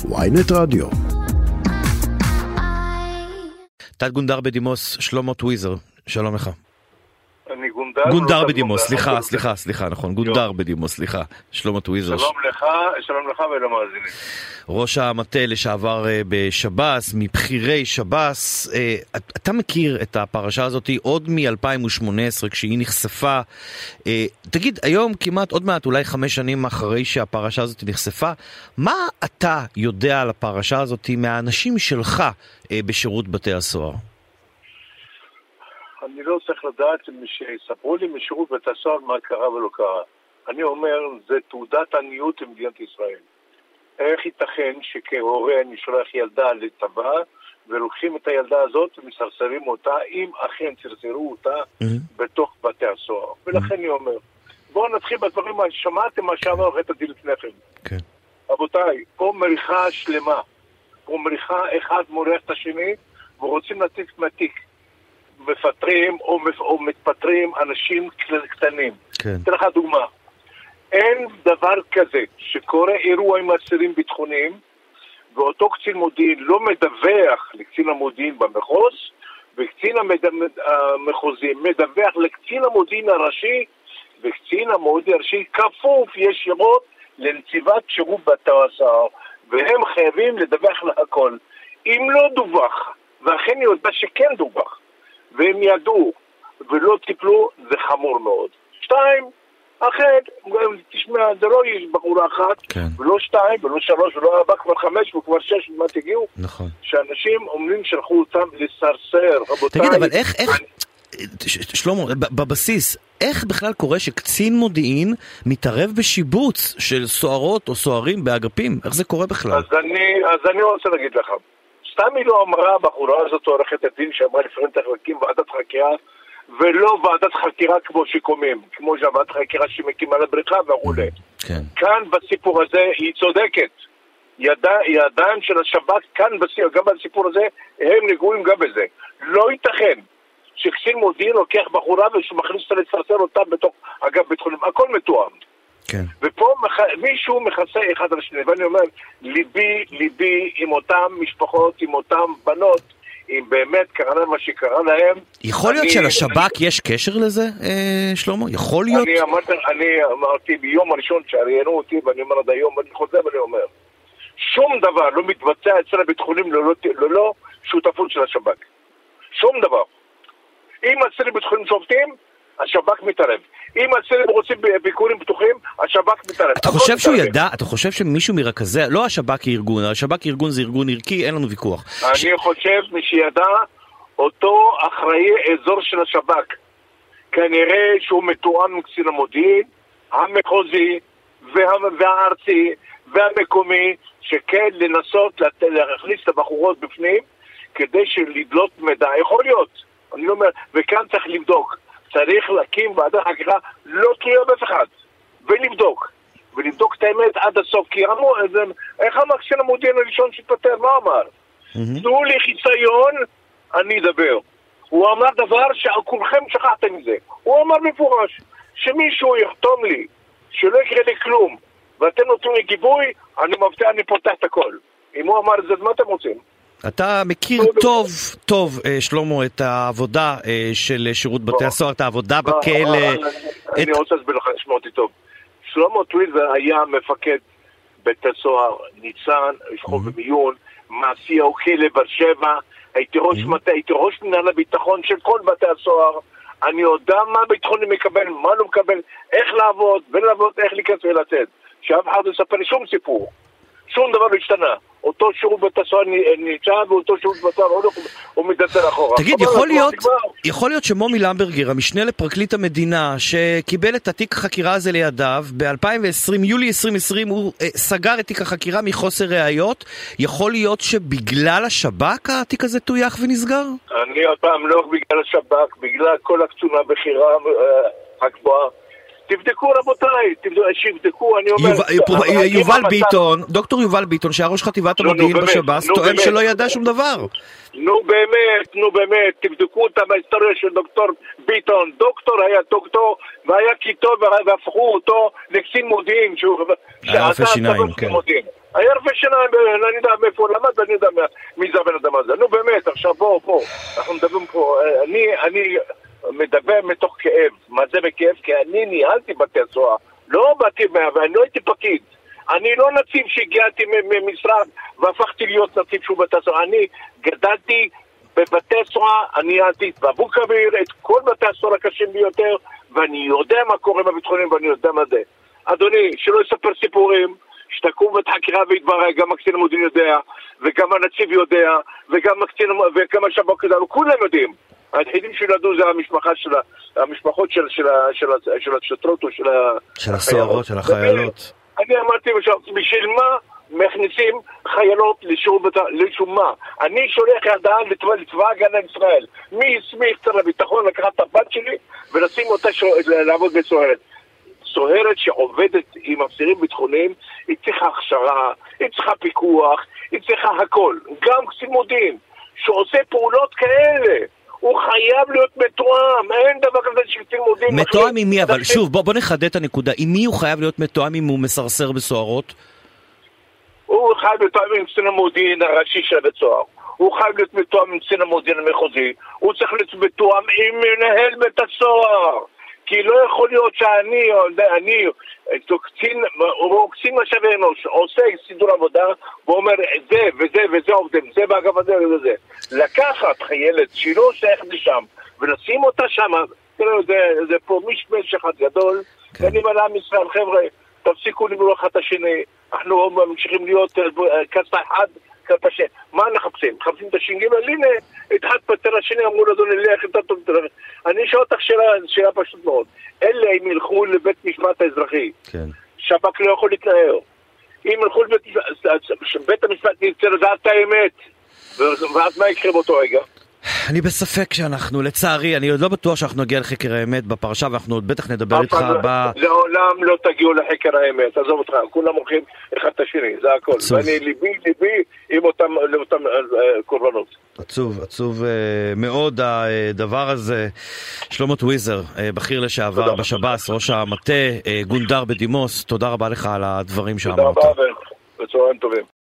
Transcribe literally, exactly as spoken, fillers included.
ynet רדיו. תת גונדר בדימוס שלמה טוויזר, שלום לך. אני גונדר, גונדר בדימוס, סליחה, סליחה, סליחה, נכון, גונדר בדימוס, סליחה, שלמה טוויזר. שלום לך, שלום לך ולמאזינים. ראש המטה לשעבר בשב"ס, מבחירי שב"ס, אתה מכיר את הפרשה הזאת עוד מ-אלפיים ושמונה עשרה כשהיא נחשפה. תגיד, היום כמעט עוד מעט, אולי חמש שנים אחרי שהפרשה הזאת נחשפה, מה אתה יודע על הפרשה הזאת מהאנשים שלך בשירות בתי הסוהר? אני לא צריך לדעת שיספרו לי משירות בית הסוהר מה קרה ולא קרה. אני אומר, זה תעודת עניות למדינת ישראל. איך ייתכן שכהורה אני שולח ילדה לצבא, ולוקחים את הילדה הזאת ומסרסרים אותה, אם אכן סרסרו אותה mm-hmm. בתוך בתי הסוהר. Mm-hmm. ולכן אני אומר, בואו נתחיל בדברים, שמעתם מה שאמר את הדין לפניכם. כן. Okay. רבותיי, פה מריחה שלמה. פה מריחה אחד מורח את השני, ורוצים להציג מתיק. מפטרים או, או מתפטרים אנשים קטנים. כן. אתן לך דוגמה. אין דבר כזה שקורה אירוע עם אסירים ביטחוניים, ואותו קצין מודיעין לא מדווח לקצין המודיעין במחוז, וקצין המחוזי מדווח לקצין המודיעין הראשי, וקצין המודיעין הראשי כפוף ישירות לנציבת שירות בתי הסוהר, והם חייבים לדווח להכל. אם לא דווח, ואכן יודע שכן דווח, והם ידעו ולא טיפלו, זה חמור מאוד. שתיים, אחת, תשמע, זה לא יש בחורה אחת, כן. ולא שתיים, ולא שלוש, ולא ארבע, כבר חמש, וכבר שש, ומה תגיעו? נכון. שאנשים אומרים שלחו אותם לסרסר, רבותיי. תגיד, אבל איך, איך, שלמה, בבסיס, איך בכלל קורה שקצין מודיעין מתערב בשיבוץ של סוהרות או סוהרים באגפים? איך זה קורה בכלל? אז אני, אז אני רוצה להגיד לך. סתם היא לא אמרה, בחורה הזאת עורכת הדין שאמרה לפעמים צריך להקים ועדת חקירה, ולא ועדת חקירה כמו שקומים, כמו ועדת חקירה שמקים על הבריכה והרולה. כן. כאן בסיפור הזה היא צודקת. ידע, ידיים של השב"כ כאן בסיפור, גם בסיפור הזה, הם נגועים גם בזה. לא ייתכן שקצין מודיעין לוקח בחורה ושמכניס אותה לסרסר אותה בתוך אגף בית חולים. הכל מתואם. כן. ופה מח... מישהו מכסה אחד על השני, ואני אומר, ליבי, ליבי עם אותם משפחות, עם אותם בנות, אם באמת קרה להם מה שקרה להם. יכול להיות אני... שלשב"כ יש קשר לזה, אה, שלמה? יכול להיות? אני אמרתי, אני אמרתי ביום הראשון שהראיינו אותי, ואני אומר עד היום, ואני חוזר ואני אומר, שום דבר לא מתבצע אצל הבית חולים ללא, ללא שותפות של השב"כ. שום דבר. אם אצל הבית חולים שופטים, השב"כ מתערב. אם אצלם רוצים ביקורים פתוחים, השב"כ מתערב. אתה חושב שהוא ידע, אתה חושב שמישהו מרכזי, לא השב"כ כארגון, השב"כ כארגון זה ארגון ערכי, אין לנו ויכוח. אני חושב מי שידע, אותו אחראי אזור של השב"כ. כנראה שהוא מתואם עם קצין המודיעין, המחוזי והארצי והמקומי, שכן לנסות להכניס את הבחורות בפנים, כדי שלדלות מידע. יכול להיות, אני לא אומר, וכאן צריך לבדוק. צריך להקים ועדת חקירה לא תלויה באף אחד, ולבדוק, ולבדוק את האמת עד הסוף, כי אמרו, איך אמר קצין המודיעין הראשון שהתפטר, מה אמר? תנו לי חיסיון, אני אדבר. הוא אמר דבר שכולכם שכחתם מזה. הוא אמר מפורש, שמישהו יחתום לי, שלא יקרה לי כלום, ואתם נותנים לי גיבוי, אני מבטיח, אני פותח את הכל. אם הוא אמר את זה, מה אתם רוצים? אתה מכיר טוב, טוב, שלמה, את העבודה של שירות בתי הסוהר, את העבודה בכלא. אני רוצה להסביר לך, לשמוע אותי טוב. שלמה טוויזר היה מפקד בית הסוהר, ניצן, ישכוב במיון, מעשיהו כלא בר שבע, הייתי ראש מטה, הייתי ראש מנהל הביטחון של כל בתי הסוהר. אני יודע מה ביטחוני מקבל, מה לא מקבל, איך לעבוד, ולעבוד, איך להיכנס ולצאת. שאף אחד לא יספר לי שום סיפור. שום דבר לא השתנה. אותו שירות בית הסוהר נמצא, ואותו שירות בית הסוהר הוא מדבר אחורה. תגיד, יכול להיות, יכול להיות שמומי למברגר, המשנה לפרקליט המדינה, שקיבל את התיק החקירה הזה לידיו, ב-אלפיים ועשרים, יולי עשרים עשרים, הוא סגר את תיק החקירה מחוסר ראיות, יכול להיות שבגלל השב"כ התיק הזה טויח ונסגר? אני הפעם לא בגלל השב"כ, בגלל כל הקצונה בחירה הגבוהה. תבדקו רבותיי, שיבדקו, אני אומר... יובל ביטון, דוקטור יובל ביטון, שהראש חטיבת המודיעין בשב"ס, טוען שלא ידע שום דבר. נו באמת, נו באמת, תבדקו אותה בהיסטוריה של דוקטור ביטון. דוקטור היה דוקטור, והיה כיתו והפכו אותו לקצין מודיעין. היה רופא שיניים, כן. היה רופא שיניים, אני יודע מאיפה למד, ואני יודע מי זה הבן אדם הזה. נו באמת, עכשיו בואו, בואו, אנחנו מדברים פה, אני, אני מדבר מתוך כאב. מה זה בכאב? כי אני ניהלתי בתי הסוהר, לא באתי מה, ואני לא הייתי פקיד. אני לא נציב שהגיעתי ממשרד והפכתי להיות נציב שהוא בתי הסוהר. אני גדלתי בבתי הסוהר, אני ניהלתי באבו כביר את כל בתי הסוהר הקשים ביותר, ואני יודע מה קורה בביטחונים ואני יודע מה זה. אדוני, שלא יספר סיפורים, שתקום ואת חקירה והתברר, גם הקצין המודיעין יודע, וגם הנציב יודע, וגם הקצין, וגם השב"כ יודע, כולם יודעים. היחידים שידעו זה המשפחה של המשפחות של של של של השוטרות או של של הסוהרות, של החיילות. אני אמרתי בשביל מה מכניסים חיילות לשום מה? אני שולח ידעה לצבא הגנה לישראל. מי הסמיך שר הביטחון לקחת את הבת שלי ולשים אותה לעבוד בסוהרת? סוהרת שעובדת עם אסירים ביטחוניים, היא צריכה הכשרה, היא צריכה פיקוח, היא צריכה הכל. גם קצין מודיעין שעושה פעולות כאלה, הוא חייב להיות מתואם. אין דבר כזה שקצין מודיעין מתואם עם מי? אבל שוב, בוא, בוא נחדד את הנקודה. עם מי הוא חייב להיות מתואם אם הוא מסרסר בסוהרות? הוא חייב להיות מתואם עם קצין המודיעין הראשי של בית סוהר. הוא חייב להיות מתואם עם קצין המודיעין המחוזי. הוא צריך להיות מתואם עם מנהל בית הסוהר. כי לא יכול להיות שאני, אני, קצין, או קצין משאבי אנוש, עושה סידור עבודה, ואומר, זה וזה וזה עובדים, זה באגף הזה וזה. לקחת חיילת שלא שייכת לשם, ולשים אותה שם, תראו, זה, זה פה משמש אחד גדול, כן. ואני מלא מישראל, חבר'ה, תפסיקו למרוח את השני, אנחנו ממשיכים להיות כסה אחד, כסה שני. מה נחפשים? מחפשים את השינגים, הנה, אחד פטר השני, אמרו לדון, לך, אתה טוב, אני שואל אותך שאלה, שאלה פשוט מאוד. אלה אם ילכו לבית משפט האזרחי, כן. שב"כ לא יכול להתנער. אם ילכו לבית בית המשפט נרצה לדעת את האמת, ואז מה יקרה באותו רגע? אני בספק שאנחנו, לצערי, אני עוד לא בטוח שאנחנו נגיע לחקר האמת בפרשה, ואנחנו עוד בטח נדבר איתך ב... לעולם לא תגיעו לחקר האמת, עזוב אותך, כולם הולכים אחד את השני, זה הכל. ואני ליבי, ליבי עם אותם, לאותם קורבנות. עצוב, עצוב מאוד הדבר הזה. שלמה טוויזר, בכיר לשעבר בשב"ס, ראש המטה, גונדר בדימוס, תודה רבה לך על הדברים שאמרת. תודה רבה וצהריים טובים.